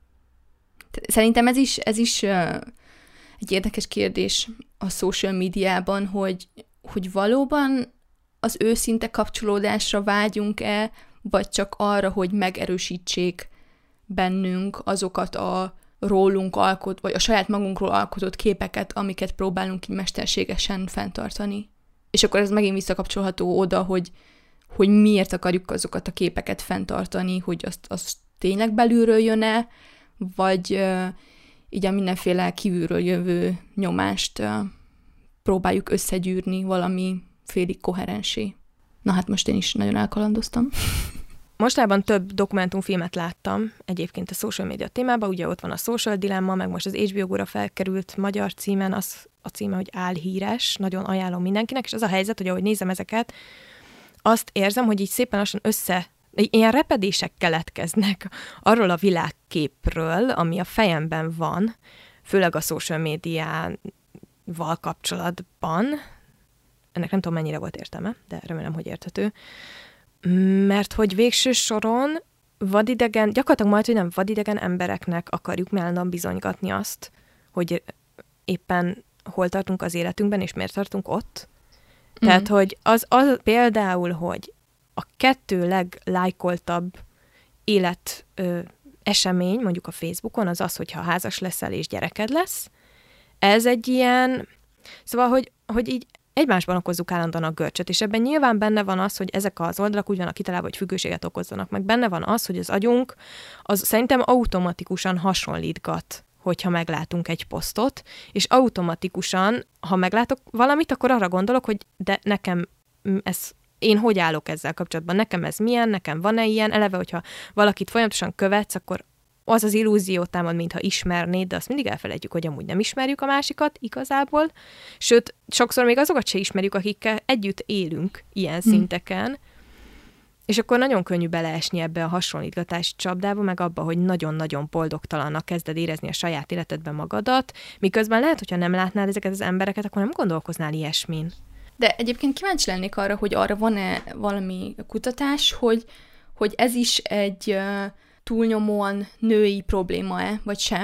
Szerintem ez is, ez is uh, egy érdekes kérdés a social médiában, hogy hogy valóban az őszinte kapcsolódásra vágyunk-e, vagy csak arra, hogy megerősítsék bennünk azokat a rólunk alkot, vagy a saját magunkról alkotott képeket, amiket próbálunk így mesterségesen fenntartani. És akkor ez megint visszakapcsolható oda, hogy, hogy miért akarjuk azokat a képeket fenntartani, hogy azt, azt tényleg belülről jön-e, vagy uh, így a mindenféle kívülről jövő nyomást uh, próbáljuk összegyűrni valami félig koherensé. Na hát most én is nagyon elkalandoztam. Mostában több dokumentumfilmet láttam egyébként a social media témában, ugye ott van a Social Dilemma, meg most az há bé ó-ra felkerült magyar címen az a címe, hogy Álhíres, nagyon ajánlom mindenkinek, és az a helyzet, hogy ahogy nézem ezeket, azt érzem, hogy így szépen lassan össze, ilyen repedések keletkeznek arról a világképről, ami a fejemben van, főleg a social médián val kapcsolatban, ennek nem tudom mennyire volt értelme, de remélem, hogy érthető, mert hogy végső soron vadidegen, gyakorlatilag majd, hogy nem vadidegen embereknek akarjuk állandóan bizonygatni azt, hogy éppen hol tartunk az életünkben, és miért tartunk ott. Mm. Tehát, hogy az, az például, hogy a kettő leglájkoltabb élet ö, esemény, mondjuk a Facebookon, az az, hogyha házas leszel és gyereked lesz. Ez egy ilyen, szóval, hogy, hogy így egymásban okozzuk állandóan a görcsöt, és ebben nyilván benne van az, hogy ezek az oldalak úgy vannak kitalálva, hogy függőséget okozzanak, meg benne van az, hogy az agyunk az szerintem automatikusan hasonlítgat, hogyha meglátunk egy posztot, és automatikusan, ha meglátok valamit, akkor arra gondolok, hogy de nekem ez, én hogy állok ezzel kapcsolatban, nekem ez milyen, nekem van-e ilyen, eleve, hogyha valakit folyamatosan követsz, akkor az az illúzió támad, mintha ismernéd, de azt mindig elfelejtjük, hogy amúgy nem ismerjük a másikat igazából. Sőt, sokszor még azokat se ismerjük, akikkel együtt élünk ilyen szinteken. Hmm. És akkor nagyon könnyű beleesni ebbe a hasonlítgatási csapdába, meg abba, hogy nagyon-nagyon boldogtalannak kezded érezni a saját életedben magadat, miközben lehet, hogyha nem látnád ezeket az embereket, akkor nem gondolkoznál ilyesmin. De egyébként kíváncsi lennék arra, hogy arra van-e valami kutatás, hogy, hogy ez is egy... túlnyomóan női probléma-e, vagy sem.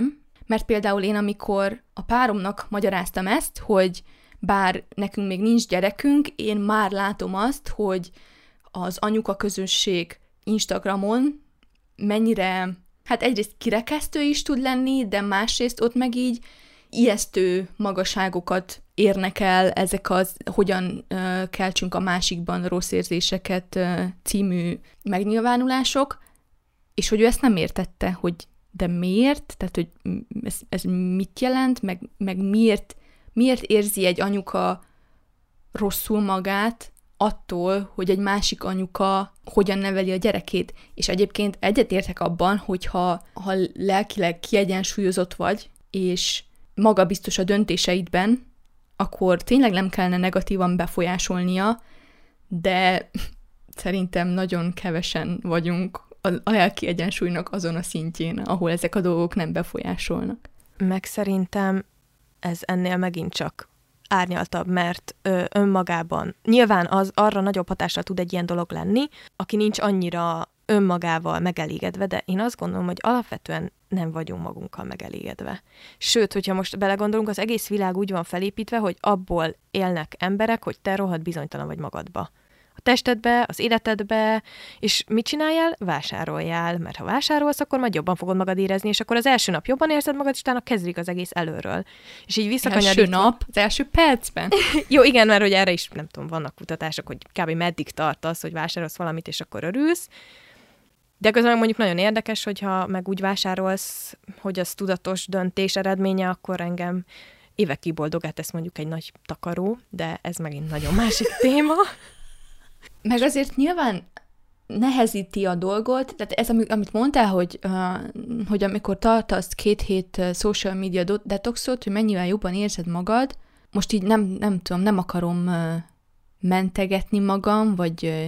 Mert például én, amikor a páromnak magyaráztam ezt, hogy bár nekünk még nincs gyerekünk, én már látom azt, hogy az anyuka közösség Instagramon mennyire, hát egyrészt kirekesztő is tud lenni, de másrészt ott meg így ijesztő magasságokat érnek el ezek az hogyan uh, keltsünk a másikban rossz érzéseket uh, című megnyilvánulások, és hogy ő ezt nem értette, hogy de miért, tehát hogy ez, ez mit jelent, meg, meg miért, miért érzi egy anyuka rosszul magát attól, hogy egy másik anyuka hogyan neveli a gyerekét. És egyébként egyetértek abban, hogyha ha lelkileg kiegyensúlyozott vagy, és magabiztos a döntéseidben, akkor tényleg nem kellene negatívan befolyásolnia, de szerintem nagyon kevesen vagyunk a, a lelki egyensúlynak azon a szintjén, ahol ezek a dolgok nem befolyásolnak. Meg szerintem ez ennél megint csak árnyaltabb, mert ö, önmagában nyilván az arra nagyobb hatással tud egy ilyen dolog lenni, aki nincs annyira önmagával megelégedve, de én azt gondolom, hogy alapvetően nem vagyunk magunkkal megelégedve. Sőt, hogyha most belegondolunk, az egész világ úgy van felépítve, hogy abból élnek emberek, hogy te rohadt bizonytalan vagy magadba. A testedbe, az életedbe, és mit csináljál? Vásároljál, mert ha vásárolsz, akkor majd jobban fogod magad érezni, és akkor az első nap jobban érzed magad, és utána kezdődik az egész előről. És így visszakanyarítva... Első nap? Az első percben? Jó, igen, mert hogy erre is, nem tudom, vannak kutatások, hogy kb. Meddig tart az, hogy vásárolsz valamit, és akkor örülsz. De közben mondjuk nagyon érdekes, hogyha meg úgy vásárolsz, hogy az tudatos döntés eredménye, akkor engem évekig boldogát tesz mondjuk egy nagy takaró, de ez megint nagyon másik téma. Meg azért nyilván nehezíti a dolgot, tehát ez, amit mondtál, hogy, uh, hogy amikor tartasz két hét social media detoxot, hogy mennyivel jobban érzed magad, most így nem, nem tudom, nem akarom uh, mentegetni magam, vagy uh,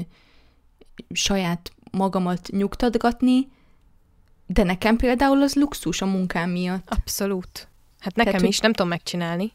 saját magamat nyugtatgatni, de nekem például az luxus a munkám miatt. Abszolút. Hát nekem Tehát, is, hogy... nem tudom megcsinálni.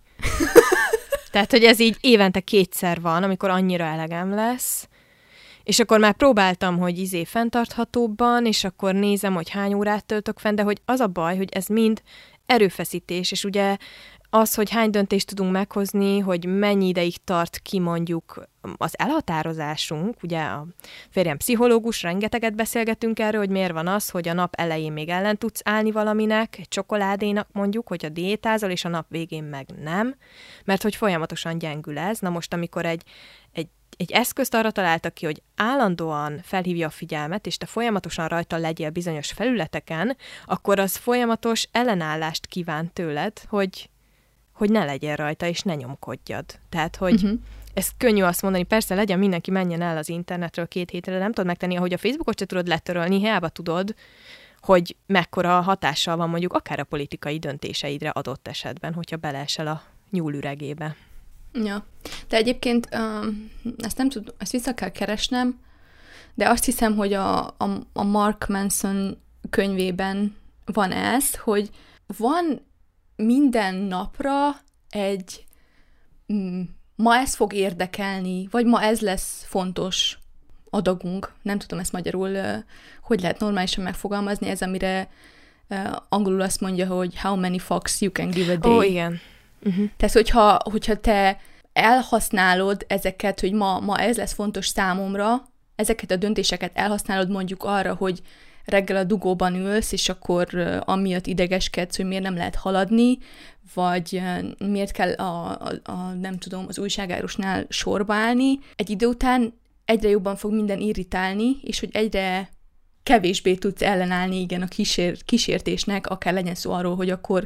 Tehát, hogy ez így évente kétszer van, amikor annyira elegem lesz, és akkor már próbáltam, hogy izé fenntarthatóbban, és akkor nézem, hogy hány órát töltök fenn, de hogy az a baj, hogy ez mind erőfeszítés, és ugye az, hogy hány döntést tudunk meghozni, hogy mennyi ideig tart ki mondjuk az elhatározásunk, ugye a férjem pszichológus, rengeteget beszélgetünk erről, hogy miért van az, hogy a nap elején még ellen tudsz állni valaminek, egy csokoládénak mondjuk, hogy a diétázol, és a nap végén meg nem, mert hogy folyamatosan gyengül ez. Na most, amikor egy, egy egy eszközt arra találtak ki, hogy állandóan felhívja a figyelmet, és te folyamatosan rajta legyél bizonyos felületeken, akkor az folyamatos ellenállást kíván tőled, hogy, hogy ne legyél rajta, és ne nyomkodjad. Tehát, hogy uh-huh. ez könnyű azt mondani, persze legyen mindenki menjen el az internetről két hétre, de nem tudod megtenni, ahogy a Facebookot se tudod letörölni, hiába tudod, hogy mekkora hatással van mondjuk akár a politikai döntéseidre adott esetben, hogyha beleesel a nyúlüregébe. Ja, de egyébként uh, ezt nem tud, ezt vissza kell keresnem, de azt hiszem, hogy a, a, a Mark Manson könyvében van ez, hogy van minden napra egy mm, ma ez fog érdekelni, vagy ma ez lesz fontos adagunk. Nem tudom ezt magyarul, uh, hogy lehet normálisan megfogalmazni, ez amire uh, angolul azt mondja, hogy how many fucks you can give a day. Ó, igen. Uh-huh. Tehát, hogyha, hogyha te elhasználod ezeket, hogy ma, ma ez lesz fontos számomra, ezeket a döntéseket elhasználod mondjuk arra, hogy reggel a dugóban ülsz, és akkor uh, amiatt idegeskedsz, hogy miért nem lehet haladni, vagy uh, miért kell a, a, a, nem tudom, az újságárusnál sorba állni. Egy idő után egyre jobban fog minden irritálni, és hogy egyre kevésbé tudsz ellenállni, igen, a kísér, kísértésnek, akár legyen szó arról, hogy akkor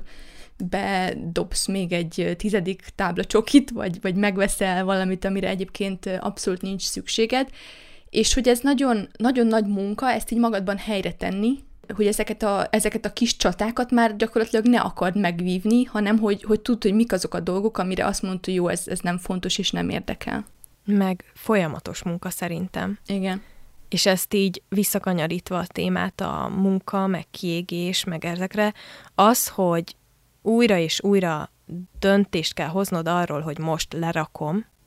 bedobsz még egy tizedik tábla csokit, vagy, vagy megveszel valamit, amire egyébként abszolút nincs szükséged, és hogy ez nagyon, nagyon nagy munka, ezt így magadban helyre tenni, hogy ezeket a, ezeket a kis csatákat már gyakorlatilag ne akard megvívni, hanem hogy, hogy tudd, hogy mik azok a dolgok, amire azt mondta, hogy jó, ez, ez nem fontos, és nem érdekel. Meg folyamatos munka szerintem. Igen. És ezt így visszakanyarítva a témát, a munka, meg kiégés, meg ezekre, az, hogy újra és újra döntést kell hoznod arról, hogy most lerakom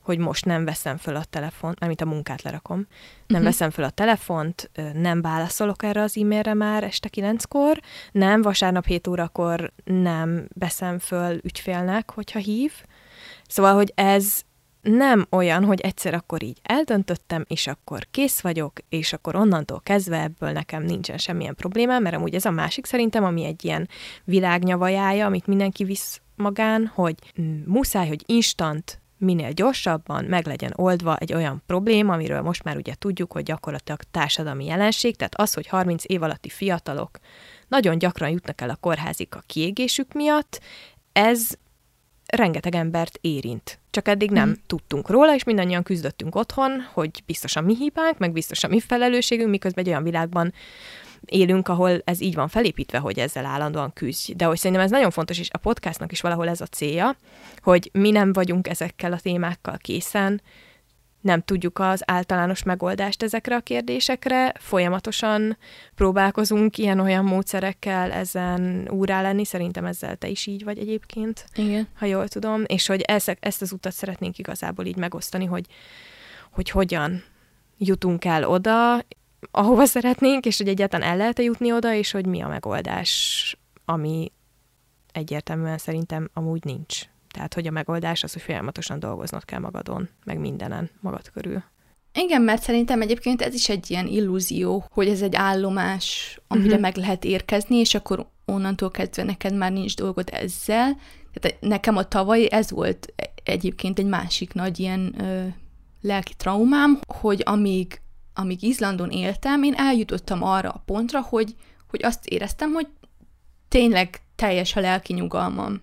hogy most nem veszem föl a telefont, mármint a munkát lerakom, nem Uh-huh. veszem föl a telefont, nem válaszolok erre az e-mailre már este kilenckor, nem vasárnap hét órakor nem veszem föl ügyfélnek, hogyha hív. Szóval, hogy ez nem olyan, hogy egyszer akkor így eldöntöttem, és akkor kész vagyok, és akkor onnantól kezdve ebből nekem nincsen semmilyen problémám, mert amúgy ez a másik szerintem, ami egy ilyen világnyavajája, amit mindenki visz magán, hogy muszáj, hogy instant, minél gyorsabban meg legyen oldva egy olyan probléma, amiről most már ugye tudjuk, hogy gyakorlatilag társadalmi jelenség, tehát az, hogy harminc év alatti fiatalok nagyon gyakran jutnak el a kórházig a kiégésük miatt, ez rengeteg embert érint. Csak eddig nem mm. tudtunk róla, és mindannyian küzdöttünk otthon, hogy biztos a mi hibánk, meg biztos a mi felelősségünk, miközben egy olyan világban élünk, ahol ez így van felépítve, hogy ezzel állandóan küzdj. De hogy szerintem ez nagyon fontos, és a podcastnak is valahol ez a célja, hogy mi nem vagyunk ezekkel a témákkal készen, nem tudjuk az általános megoldást ezekre a kérdésekre, folyamatosan próbálkozunk ilyen-olyan módszerekkel ezen úrrá lenni, szerintem ezzel te is így vagy egyébként, igen, ha jól tudom, és hogy ezt, ezt az utat szeretnénk igazából így megosztani, hogy, hogy hogyan jutunk el oda, ahova szeretnénk, és hogy egyáltalán el lehet-e jutni oda, és hogy mi a megoldás, ami egyértelműen szerintem amúgy nincs. Tehát, hogy a megoldás az, hogy folyamatosan dolgoznod kell magadon, meg mindenen magad körül. Igen, mert szerintem egyébként ez is egy ilyen illúzió, hogy ez egy állomás, amire uh-huh. meg lehet érkezni, és akkor onnantól kezdve neked már nincs dolgod ezzel. Tehát nekem a tavaly ez volt egyébként egy másik nagy ilyen ö, lelki traumám, hogy amíg, amíg Izlandon éltem, én eljutottam arra a pontra, hogy, hogy azt éreztem, hogy tényleg teljes a lelki nyugalmam.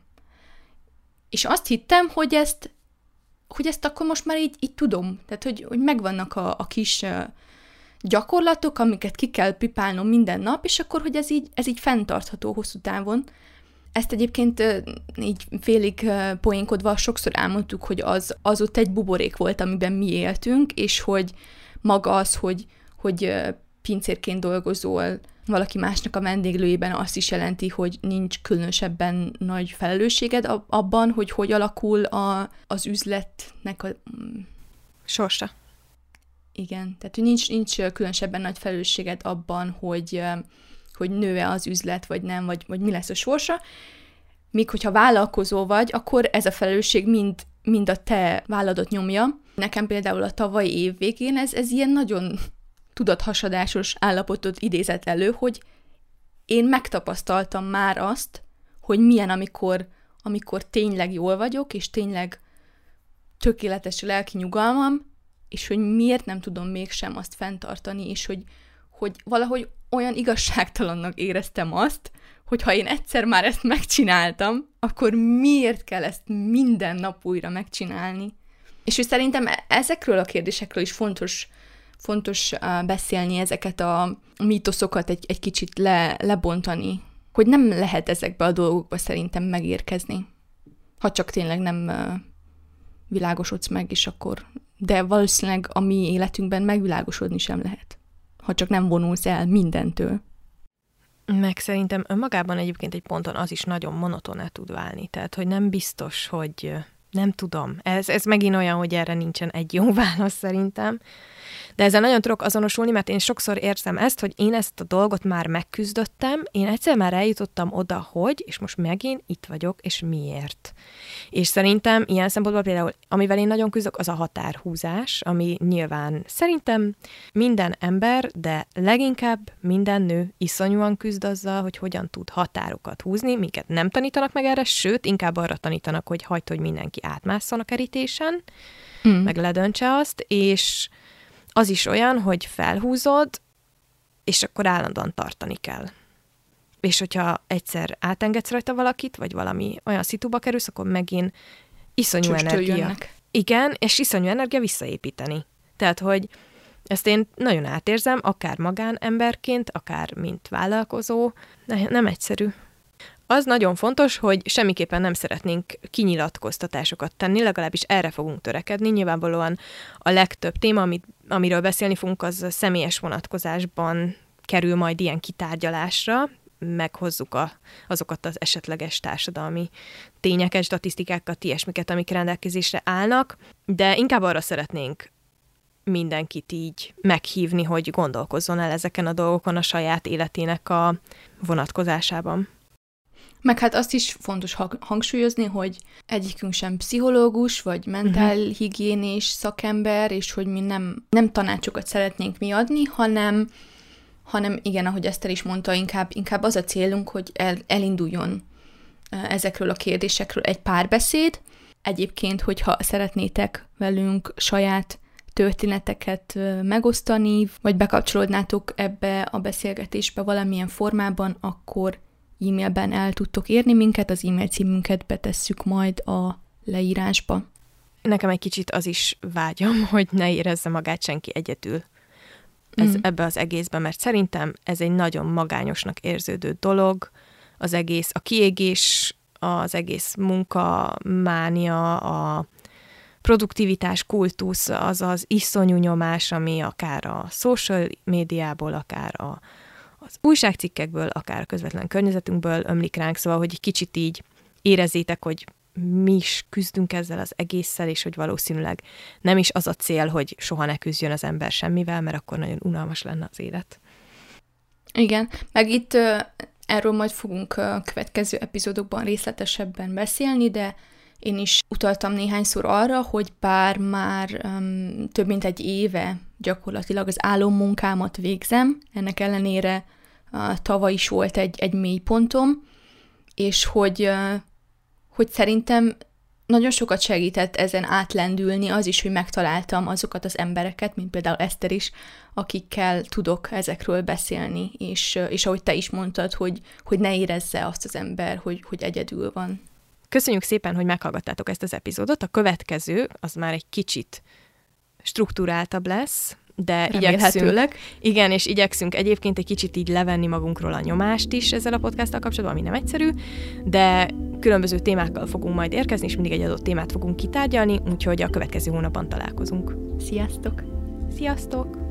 És azt hittem, hogy ezt, hogy ezt akkor most már így, így tudom. Tehát, hogy, hogy megvannak a, a kis uh, gyakorlatok, amiket ki kell pipálnom minden nap, és akkor, hogy ez így, ez így fenntartható hosszú távon. Ezt egyébként uh, így félig uh, poénkodva sokszor elmondtuk, hogy az, az ott egy buborék volt, amiben mi éltünk, és hogy maga az, hogy, hogy uh, pincérként dolgozol valaki másnak a vendéglőjében, azt is jelenti, hogy nincs különösebben nagy felelősséged abban, hogy hogy alakul a, az üzletnek a... sorsa. Igen, tehát hogy nincs, nincs különösebben nagy felelősséged abban, hogy, hogy nő-e az üzlet, vagy nem, vagy, vagy mi lesz a sorsa. Míg hogyha vállalkozó vagy, akkor ez a felelősség mind, mind a te válladat nyomja. Nekem például a tavalyi év végén ez, ez ilyen nagyon tudathasadásos állapotot idézett elő, hogy én megtapasztaltam már azt, hogy milyen, amikor, amikor tényleg jól vagyok, és tényleg tökéletes a lelki nyugalmam, és hogy miért nem tudom mégsem azt fenntartani, és hogy, hogy valahogy olyan igazságtalannak éreztem azt, hogy ha én egyszer már ezt megcsináltam, akkor miért kell ezt minden nap újra megcsinálni? És hogy szerintem ezekről a kérdésekről is fontos Fontos uh, beszélni, ezeket a mítoszokat egy, egy kicsit le, lebontani, hogy nem lehet ezekbe a dolgokba szerintem megérkezni. Ha csak tényleg nem uh, világosodsz meg, és akkor... De valószínűleg a mi életünkben megvilágosodni sem lehet, ha csak nem vonulsz el mindentől. Meg szerintem önmagában egyébként egy ponton az is nagyon monotonná tud válni. Tehát, hogy nem biztos, hogy nem tudom. Ez, ez megint olyan, hogy erre nincsen egy jó válasz szerintem. De ezzel nagyon tudok azonosulni, mert én sokszor érzem ezt, hogy én ezt a dolgot már megküzdöttem, én egyszer már eljutottam oda, hogy, és most megint itt vagyok, és miért. És szerintem ilyen szempontból például, amivel én nagyon küzdök, az a határhúzás, ami nyilván szerintem minden ember, de leginkább minden nő iszonyúan küzd azzal, hogy hogyan tud határokat húzni, minket nem tanítanak meg erre, sőt, inkább arra tanítanak, hogy hagyd, hogy mindenki átmásszon a kerítésen, mm. meg ledöntse azt, és az is olyan, hogy felhúzod, és akkor állandóan tartani kell. És hogyha egyszer átengedsz rajta valakit, vagy valami olyan szituba kerülsz, akkor megint iszonyú Csüstől energia. Jönnek. Igen, és iszonyú energia visszaépíteni. Tehát, hogy ezt én nagyon átérzem, akár magánemberként, akár mint vállalkozó. Nem egyszerű. Az nagyon fontos, hogy semmiképpen nem szeretnénk kinyilatkoztatásokat tenni, legalábbis erre fogunk törekedni. Nyilvánvalóan a legtöbb téma, amit, amiről beszélni fogunk, az személyes vonatkozásban kerül majd ilyen kitárgyalásra, meghozzuk a, azokat az esetleges társadalmi tényeket, statisztikákat, ilyesmiket, amik rendelkezésre állnak. de inkább arra szeretnénk mindenkit így meghívni, hogy gondolkozzon el ezeken a dolgokon a saját életének a vonatkozásában. Meg hát azt is fontos hangsúlyozni, hogy egyikünk sem pszichológus, vagy mentálhigiénés szakember, és hogy mi nem, nem tanácsokat szeretnénk mi adni, hanem, hanem igen, ahogy Eszter is mondta, inkább, inkább az a célunk, hogy el, elinduljon ezekről a kérdésekről egy párbeszéd. Egyébként, hogyha szeretnétek velünk saját történeteket megosztani, vagy bekapcsolódnátok ebbe a beszélgetésbe valamilyen formában, akkor e-mailben el tudtok érni minket, az e-mail címünket betesszük majd a leírásba. Nekem egy kicsit az is vágyam, hogy ne érezze magát senki egyedül ez, mm. ebbe az egészben, mert szerintem ez egy nagyon magányosnak érződő dolog, az egész, a kiégés, az egész munka, mánia, a produktivitás kultusz, az az iszonyú nyomás, ami akár a social médiából, akár a, az újságcikkekből, akár a közvetlen környezetünkből ömlik ránk, szóval, hogy egy kicsit így érezzétek, hogy mi is küzdünk ezzel az egésszel, és hogy valószínűleg nem is az a cél, hogy soha ne küzdjön az ember semmivel, mert akkor nagyon unalmas lenne az élet. Igen, meg itt uh, erről majd fogunk a következő epizódokban részletesebben beszélni, de én is utaltam néhányszor arra, hogy bár már um, több mint egy éve gyakorlatilag az álommunkámat végzem, ennek ellenére uh, tavaly is volt egy, egy mélypontom, és hogy, uh, hogy szerintem nagyon sokat segített ezen átlendülni az is, hogy megtaláltam azokat az embereket, mint például Eszter is, akikkel tudok ezekről beszélni, és, és ahogy te is mondtad, hogy, hogy ne érezze azt az ember, hogy, hogy egyedül van. Köszönjük szépen, hogy meghallgattátok ezt az epizódot. A következő, az már egy kicsit strukturáltabb lesz, de igyekszünk, igen, és igyekszünk egyébként egy kicsit így levenni magunkról a nyomást is ezzel a podcasttal kapcsolatban, ami nem egyszerű, de különböző témákkal fogunk majd érkezni, és mindig egy adott témát fogunk kitárgyalni, úgyhogy a következő hónapban találkozunk. Sziasztok! Sziasztok!